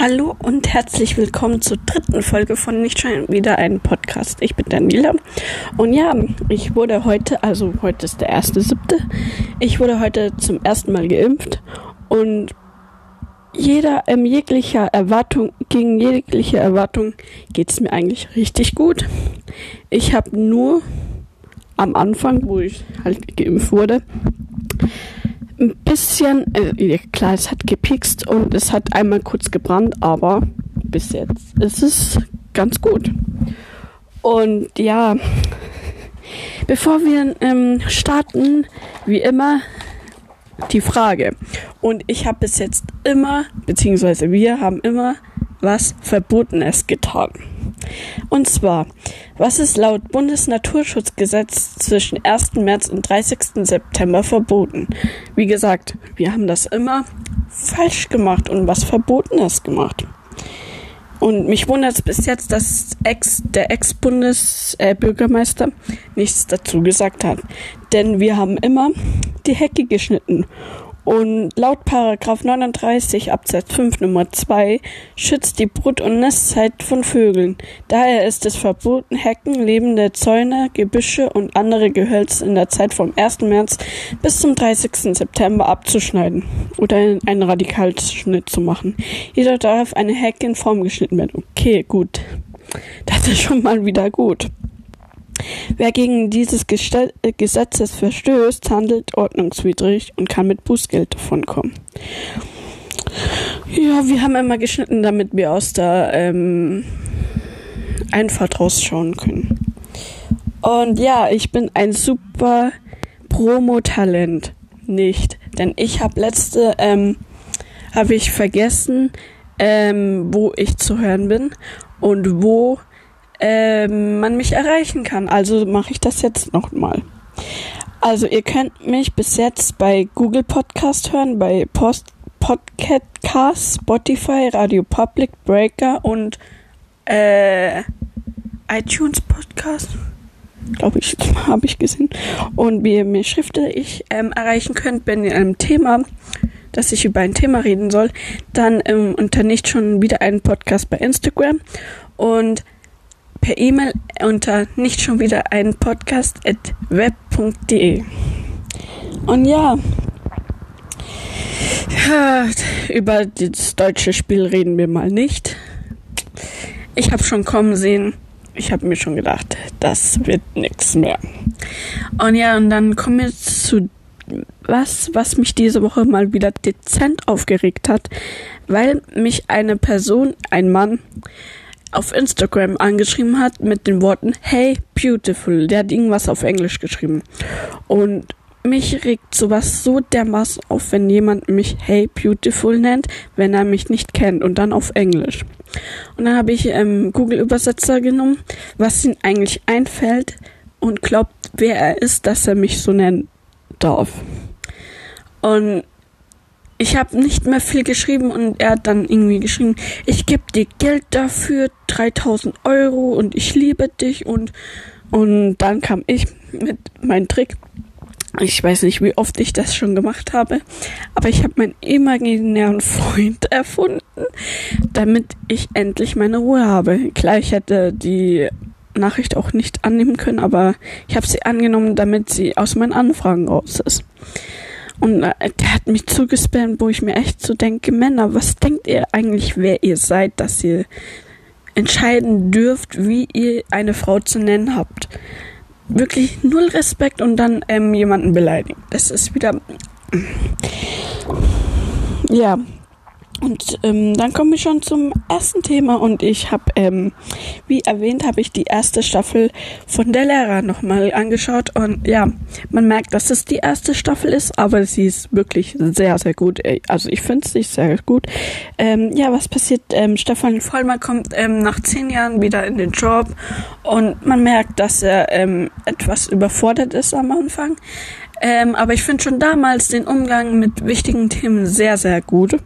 Hallo und herzlich willkommen zur 3. Folge von Nicht schon wieder ein Podcast. Ich bin Daniela und ja, ich wurde heute ist der 1.7., ich wurde heute zum ersten Mal geimpft und gegen jegliche Erwartung geht es mir eigentlich richtig gut. Ich habe nur am Anfang, wo ich halt geimpft wurde, ein bisschen, klar, es hat gepiekst und es hat einmal kurz gebrannt, aber bis jetzt ist es ganz gut. Und ja, bevor wir starten, wie immer, die Frage. Und ich habe bis jetzt wir haben immer was Verbotenes getan. Und zwar, was ist laut Bundesnaturschutzgesetz zwischen 1. März und 30. September verboten? Wie gesagt, wir haben das immer falsch gemacht und was Verbotenes gemacht. Und mich wundert es bis jetzt, dass der Ex-Bundesbürgermeister nichts dazu gesagt hat. Denn wir haben immer die Hecke geschnitten. Und laut Paragraph 39 Absatz 5 Nummer 2 schützt die Brut- und Nestzeit von Vögeln. Daher ist es verboten, Hecken, lebende Zäune, Gebüsche und andere Gehölze in der Zeit vom 1. März bis zum 30. September abzuschneiden oder einen Radikalschnitt zu machen. Jeder darf eine Hecke in Form geschnitten werden. Okay, gut. Das ist schon mal wieder gut. Wer gegen dieses Gesetzes verstößt, handelt ordnungswidrig und kann mit Bußgeld davonkommen. Ja, wir haben immer geschnitten, damit wir aus der Einfahrt rausschauen können. Und ja, ich bin ein super Promo-Talent. Nicht, denn ich habe habe ich vergessen, wo ich zu hören bin und wo man mich erreichen kann. Also mache ich das jetzt nochmal. Also ihr könnt mich bis jetzt bei Google Podcast hören, bei Podcast, Spotify, Radio Public, Breaker und iTunes Podcast. Glaube ich, habe ich gesehen. Und wie ihr mich schriftlich erreichen könnt, wenn ihr dass ich über ein Thema reden soll, dann unter nicht schon wieder einen Podcast bei Instagram und per E-Mail unter nicht schon wieder ein Podcast@web.de. Und ja, über das deutsche Spiel reden wir mal nicht. Ich habe schon kommen sehen. Ich habe mir schon gedacht, das wird nichts mehr. Und ja, und dann kommen wir zu was mich diese Woche mal wieder dezent aufgeregt hat, weil mich ein Mann, auf Instagram angeschrieben hat mit den Worten Hey Beautiful. Der hat irgendwas auf Englisch geschrieben. Und mich regt sowas so dermaßen auf, wenn jemand mich Hey Beautiful nennt, wenn er mich nicht kennt und dann auf Englisch. Und dann habe ich Google Übersetzer genommen, was ihm eigentlich einfällt und glaubt, wer er ist, dass er mich so nennen darf. Und ich habe nicht mehr viel geschrieben und er hat dann irgendwie geschrieben, ich gebe dir Geld dafür, 3.000 Euro und ich liebe dich und dann kam ich mit meinem Trick. Ich weiß nicht, wie oft ich das schon gemacht habe, aber ich habe meinen imaginären Freund erfunden, damit ich endlich meine Ruhe habe. Klar, ich hätte die Nachricht auch nicht annehmen können, aber ich habe sie angenommen, damit sie aus meinen Anfragen raus ist. Und der hat mich zugespammt, wo ich mir echt so denke, Männer, was denkt ihr eigentlich, wer ihr seid, dass ihr entscheiden dürft, wie ihr eine Frau zu nennen habt? Wirklich null Respekt und dann jemanden beleidigen. Das ist wieder... Ja. Und dann kommen wir schon zum ersten Thema und ich habe, wie erwähnt, habe ich die erste Staffel von Der Lehrer nochmal angeschaut und ja, man merkt, dass es die erste Staffel ist, aber sie ist wirklich sehr, sehr gut. Also ich finde sie sehr gut. Ja, was passiert? Stefan Vollmer kommt nach 10 Jahren wieder in den Job und man merkt, dass er etwas überfordert ist am Anfang. Aber ich finde schon damals den Umgang mit wichtigen Themen sehr, sehr gut.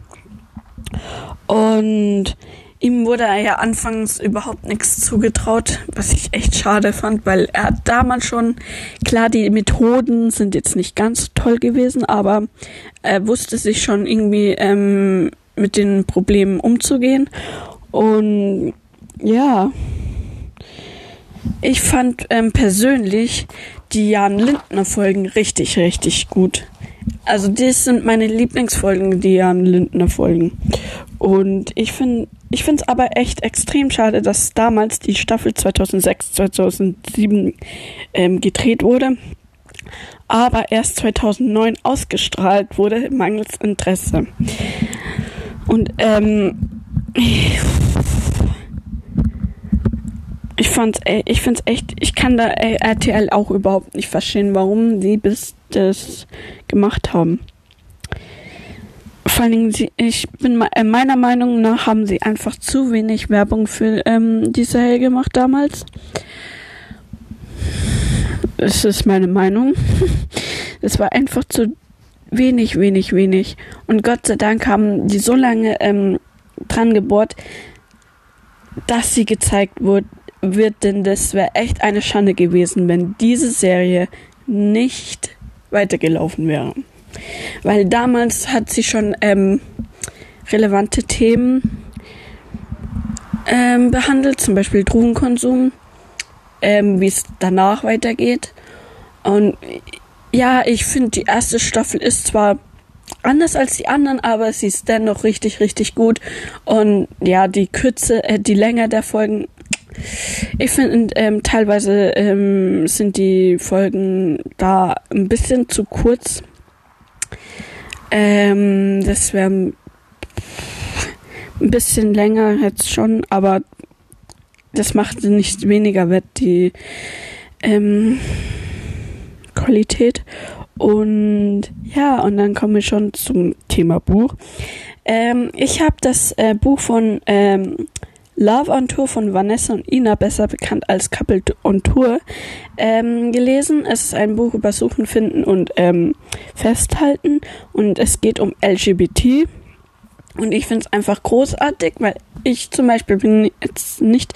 Und ihm wurde ja anfangs überhaupt nichts zugetraut, was ich echt schade fand, weil er hat damals schon, klar, die Methoden sind jetzt nicht ganz toll gewesen, aber er wusste sich schon irgendwie mit den Problemen umzugehen. Und ja, ich fand persönlich die Jan Lindner Folgen richtig, richtig gut. Also das sind meine Lieblingsfolgen, die Jan Lindner Folgen. Und ich finde es aber echt extrem schade, dass damals die Staffel 2006, 2007 gedreht wurde, aber erst 2009 ausgestrahlt wurde, mangels Interesse. Und ich find's echt, ich kann da RTL auch überhaupt nicht verstehen, warum sie das gemacht haben. Vor allen Dingen, ich bin meiner Meinung nach, haben sie einfach zu wenig Werbung für die Serie gemacht damals. Das ist meine Meinung. Es war einfach zu wenig. Und Gott sei Dank haben die so lange dran gebohrt, dass sie gezeigt wird, denn das wäre echt eine Schande gewesen, wenn diese Serie nicht weitergelaufen wäre. Weil damals hat sie schon relevante Themen behandelt, zum Beispiel Drogenkonsum, wie es danach weitergeht. Und ja, ich finde, die erste Staffel ist zwar anders als die anderen, aber sie ist dennoch richtig, richtig gut. Und ja, die Länge der Folgen, ich finde, teilweise sind die Folgen da ein bisschen zu kurz. Das wäre ein bisschen länger jetzt schon, aber das macht nicht weniger wett, die Qualität. Und ja, und dann kommen wir schon zum Thema Buch. Ich habe das Buch von Love on Tour von Vanessa und Ina, besser bekannt als Couple on Tour, gelesen. Es ist ein Buch über Suchen, Finden und Festhalten, und es geht um LGBT. Und ich finde es einfach großartig, weil ich zum Beispiel bin jetzt nicht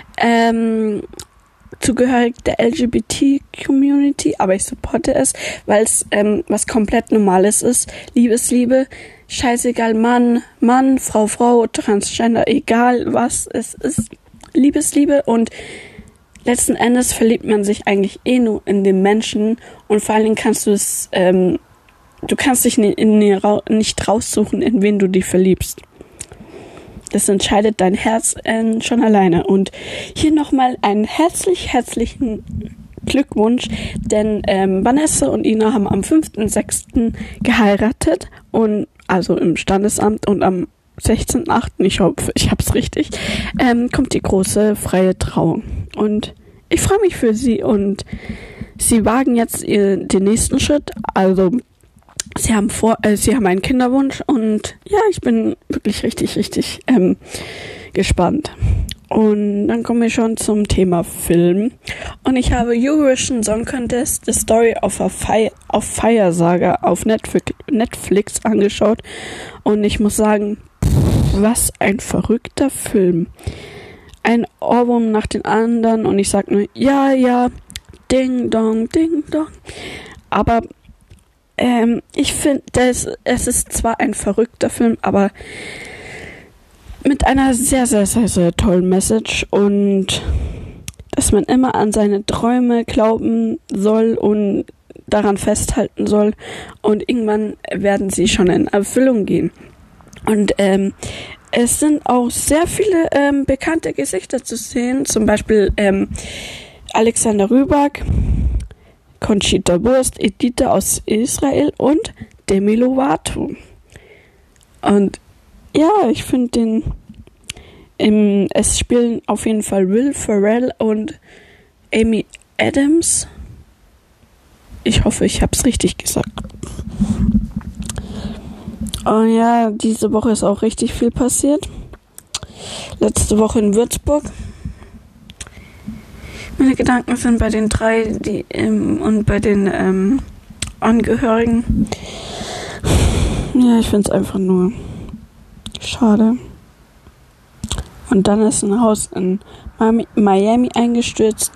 zugehörig der LGBT-Community, aber ich supporte es, weil es was komplett Normales ist. Liebesliebe, scheißegal, Mann, Frau, Transgender, egal was es ist. Liebesliebe, und letzten Endes verliebt man sich eigentlich nur in den Menschen, und vor allen Dingen kannst du es, du kannst dich nicht raussuchen, in wen du dich verliebst. Das entscheidet dein Herz schon alleine. Und hier nochmal einen herzlichen Glückwunsch, denn Vanessa und Ina haben am 5.6. geheiratet, und also im Standesamt, und am 16.8., ich hoffe, ich hab's richtig, kommt die große freie Trauung. Und ich freue mich für sie, und sie wagen jetzt den nächsten Schritt, also sie haben einen Kinderwunsch, und ja, ich bin wirklich richtig gespannt. Und dann kommen wir schon zum Thema Film. Und ich habe Eurovision Song Contest, The Story of Fire Saga auf Netflix angeschaut. Und ich muss sagen, was ein verrückter Film. Ein Ohrwurm nach den anderen, und ich sag nur, ja, ding dong. Aber ich finde, es ist zwar ein verrückter Film, aber mit einer sehr tollen Message, und dass man immer an seine Träume glauben soll und daran festhalten soll, und irgendwann werden sie schon in Erfüllung gehen. Und es sind auch sehr viele bekannte Gesichter zu sehen, zum Beispiel Alexander Rybak, Conchita Wurst, Edita aus Israel und Demi Lovato. Und ja, ich finde es spielen auf jeden Fall Will Ferrell und Amy Adams. Ich hoffe, ich habe es richtig gesagt. Und ja, diese Woche ist auch richtig viel passiert. Letzte Woche in Würzburg. Meine Gedanken sind bei den 3 und bei den Angehörigen. Ja, ich finde es einfach nur schade. Und dann ist ein Haus in Miami eingestürzt.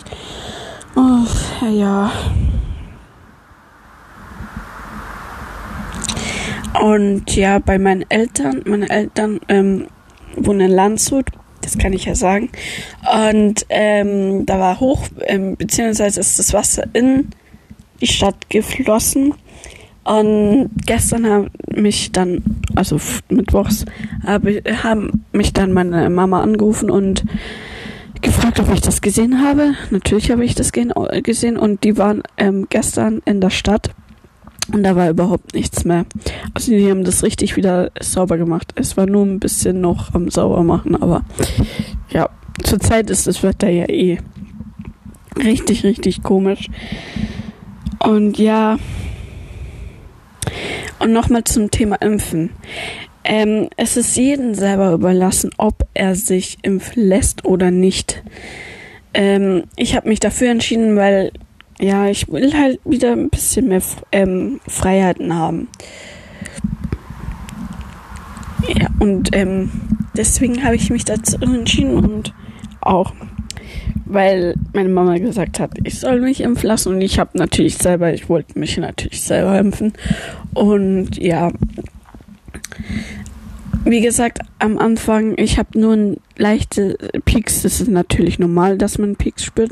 Oh, ja. Und ja, bei meine Eltern wohnen in Landshut, das kann ich ja sagen. Und da war beziehungsweise ist das Wasser in die Stadt geflossen. Und gestern haben mich dann, also mittwochs, haben mich dann meine Mama angerufen und gefragt, ob ich das gesehen habe. Natürlich habe ich das gesehen und die waren gestern in der Stadt und da war überhaupt nichts mehr. Also die haben das richtig wieder sauber gemacht. Es war nur ein bisschen noch am sauber machen, aber ja, zurzeit ist das Wetter ja eh richtig, richtig komisch. Und ja, und nochmal zum Thema Impfen. Es ist jedem selber überlassen, ob er sich impfen lässt oder nicht. Ich habe mich dafür entschieden, weil ja, ich will halt wieder ein bisschen mehr Freiheiten haben. Ja, und deswegen habe ich mich dazu entschieden und auch, weil meine Mama gesagt hat, ich soll mich impfen lassen und ich wollte mich natürlich selber impfen. Und ja, wie gesagt, am Anfang, ich habe nur ein leichte Peaks, das ist natürlich normal, dass man Peaks spürt.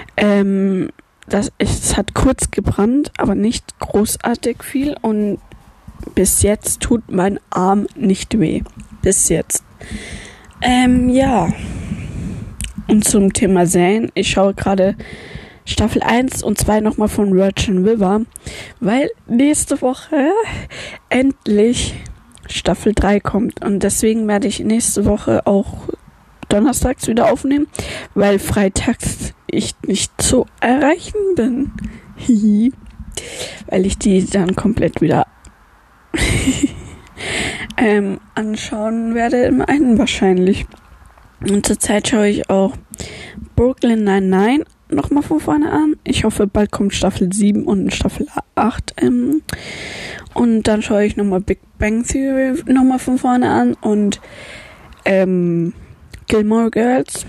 Es hat kurz gebrannt, aber nicht großartig viel und bis jetzt tut mein Arm nicht weh. Bis jetzt. Ja. Und zum Thema Serien, ich schaue gerade Staffel 1 und 2 nochmal von Virgin River, weil nächste Woche endlich Staffel 3 kommt und deswegen werde ich nächste Woche auch donnerstags wieder aufnehmen, weil freitags ich nicht zu erreichen bin. Weil ich die dann komplett wieder anschauen werde, im einen wahrscheinlich. Und zurzeit schaue ich auch Brooklyn Nine-Nine nochmal von vorne an. Ich hoffe, bald kommt Staffel 7 und Staffel 8. Und dann schaue ich nochmal Big Bang Theory nochmal von vorne an und Gilmore Girls.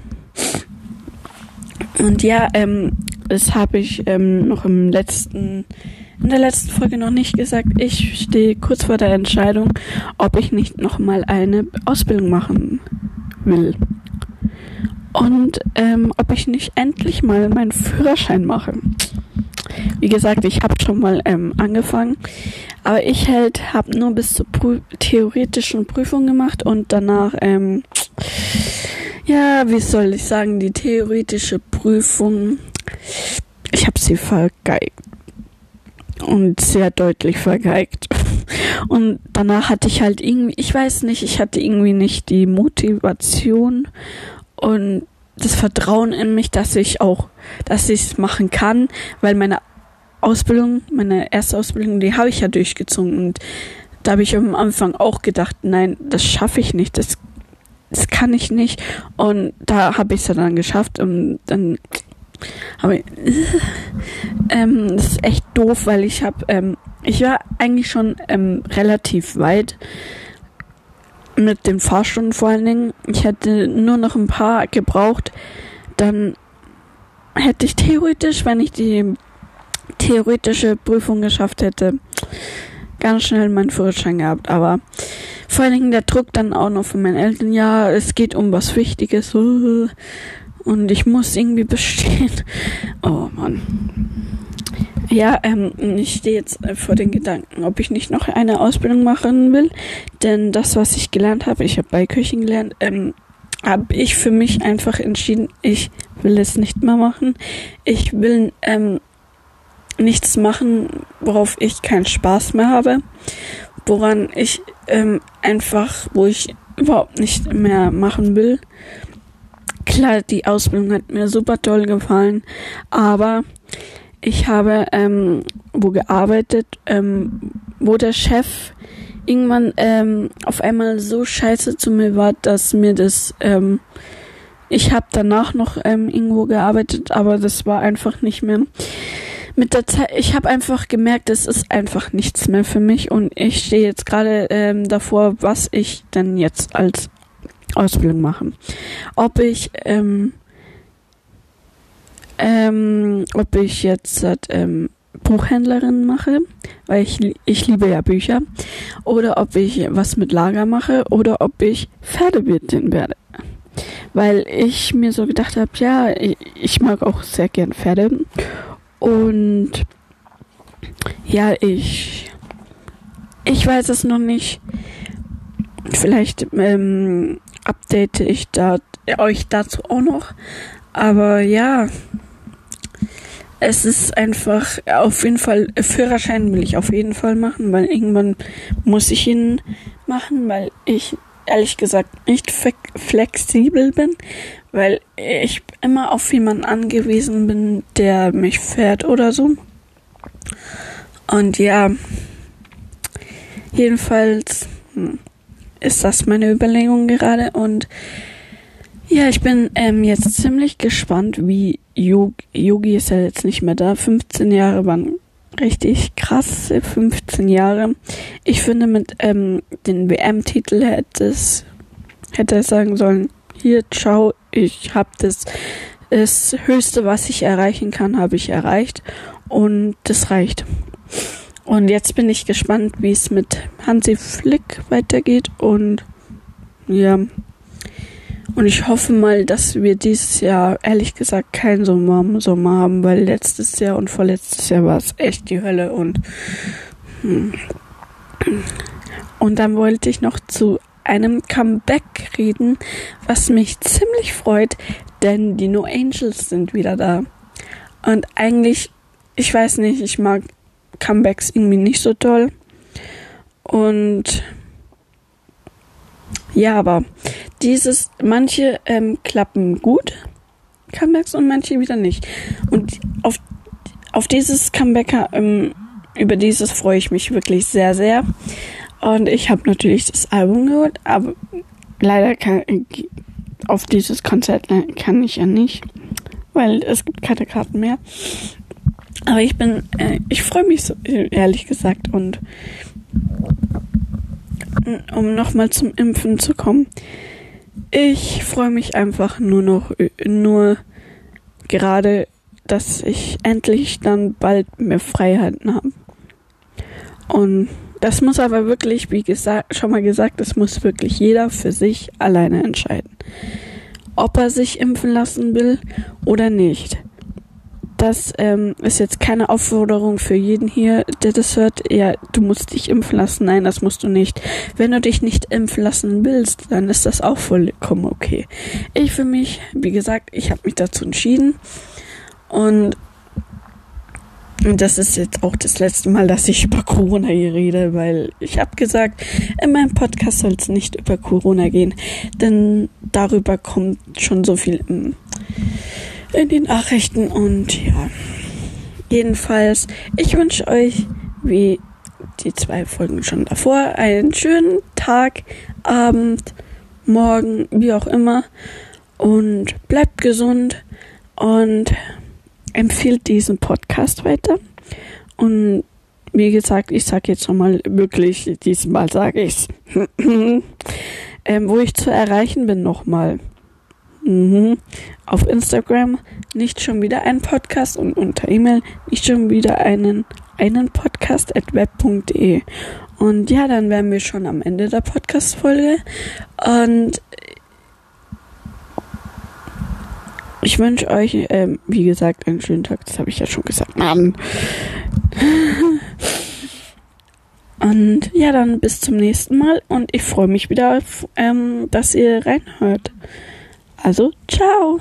Und ja, das habe ich noch in der letzten Folge noch nicht gesagt. Ich stehe kurz vor der Entscheidung, ob ich nicht nochmal eine Ausbildung machen will. Und ob ich nicht endlich mal meinen Führerschein mache. Wie gesagt, ich habe schon mal angefangen, aber ich habe nur bis zur theoretischen Prüfung gemacht und danach, ja, wie soll ich sagen, die theoretische Prüfung, ich habe sie vergeigt. Und sehr deutlich vergeigt. Und danach hatte ich halt irgendwie, ich weiß nicht, ich hatte irgendwie nicht die Motivation und das Vertrauen in mich, dass ich es machen kann, weil meine erste Ausbildung, die habe ich ja durchgezogen und da habe ich am Anfang auch gedacht, nein, das schaffe ich nicht, das kann ich nicht und da habe ich es dann geschafft und dann aber das ist echt doof, weil ich war eigentlich schon relativ weit mit den Fahrstunden vor allen Dingen. Ich hätte nur noch ein paar gebraucht, dann hätte ich theoretisch, wenn ich die theoretische Prüfung geschafft hätte, ganz schnell meinen Führerschein gehabt. Aber vor allen Dingen der Druck dann auch noch von meinen Eltern, ja, es geht um was Wichtiges, und ich muss irgendwie bestehen. Oh Mann. Ja, ich stehe jetzt vor den Gedanken, ob ich nicht noch eine Ausbildung machen will. Denn das, was ich gelernt habe, ich habe Beiköchin gelernt, habe ich für mich einfach entschieden, ich will es nicht mehr machen. Ich will nichts machen, worauf ich keinen Spaß mehr habe. Wo ich überhaupt nicht mehr machen will. Klar, die Ausbildung hat mir super toll gefallen, aber ich habe wo gearbeitet, wo der Chef irgendwann auf einmal so scheiße zu mir war, dass mir das, ich habe danach noch irgendwo gearbeitet, aber das war einfach nicht mehr mit der Zeit. Ich habe einfach gemerkt, es ist einfach nichts mehr für mich und ich stehe jetzt gerade davor, was ich denn jetzt als Ausbildung machen. Ob ich jetzt Buchhändlerin mache, weil ich liebe ja Bücher, oder ob ich was mit Lager mache oder ob ich Pferdewirtin werde. Weil ich mir so gedacht habe, ja, ich mag auch sehr gern Pferde und ja, ich weiß es noch nicht. Vielleicht update ich euch dazu auch noch. Aber ja, es ist einfach auf jeden Fall, Führerschein will ich auf jeden Fall machen, weil irgendwann muss ich ihn machen, weil ich ehrlich gesagt nicht flexibel bin, weil ich immer auf jemanden angewiesen bin, der mich fährt oder so. Und ja, jedenfalls ist das meine Überlegung gerade. Und ja, ich bin jetzt ziemlich gespannt, wie Yogi ist ja jetzt nicht mehr da. 15 Jahre waren richtig krasse 15 Jahre. Ich finde, mit den WM-Titel hätte er sagen sollen, hier, ciao, ich habe das Höchste, was ich erreichen kann, habe ich erreicht. Und das reicht. Und jetzt bin ich gespannt, wie es mit Hansi Flick weitergeht. Und ja, und ich hoffe mal, dass wir dieses Jahr, ehrlich gesagt, keinen Sommer haben, weil letztes Jahr und vorletztes Jahr war es echt die Hölle. Und dann wollte ich noch zu einem Comeback reden, was mich ziemlich freut, denn die No Angels sind wieder da. Und eigentlich, ich weiß nicht, ich mag Comebacks irgendwie nicht so toll. Und ja, aber manche klappen gut, Comebacks, und manche wieder nicht. Und auf dieses Comeback, über dieses freue ich mich wirklich sehr, sehr. Und ich habe natürlich das Album gehört, aber leider auf dieses Konzert kann ich ja nicht, weil es gibt keine Karten mehr. Aber ich freue mich so, ehrlich gesagt. Und um nochmal zum Impfen zu kommen, ich freue mich einfach nur gerade, dass ich endlich dann bald mehr Freiheiten habe. Und das muss aber wirklich, wie gesagt, schon mal gesagt, das muss wirklich jeder für sich alleine entscheiden. Ob er sich impfen lassen will oder nicht. Das ist jetzt keine Aufforderung für jeden hier, der das hört. Ja, du musst dich impfen lassen. Nein, das musst du nicht. Wenn du dich nicht impfen lassen willst, dann ist das auch vollkommen okay. Ich für mich, wie gesagt, ich habe mich dazu entschieden. Und das ist jetzt auch das letzte Mal, dass ich über Corona hier rede, weil ich habe gesagt, in meinem Podcast soll es nicht über Corona gehen, denn darüber kommt schon so viel in den Nachrichten. Und ja, jedenfalls, ich wünsche euch, wie die 2 Folgen schon davor, einen schönen Tag, Abend, Morgen, wie auch immer, und bleibt gesund und empfiehlt diesen Podcast weiter. Und wie gesagt, ich sage jetzt nochmal wirklich, diesmal sage ich's, wo ich zu erreichen bin nochmal. Auf Instagram nicht schon wieder ein Podcast und unter E-Mail nicht schon wieder einen Podcast@web.de. Und ja, dann wären wir schon am Ende der Podcast-Folge. Und ich wünsche euch, wie gesagt, einen schönen Tag. Das habe ich ja schon gesagt. Mann. Und ja, dann bis zum nächsten Mal. Und ich freue mich wieder, dass ihr reinhört. Also, ciao.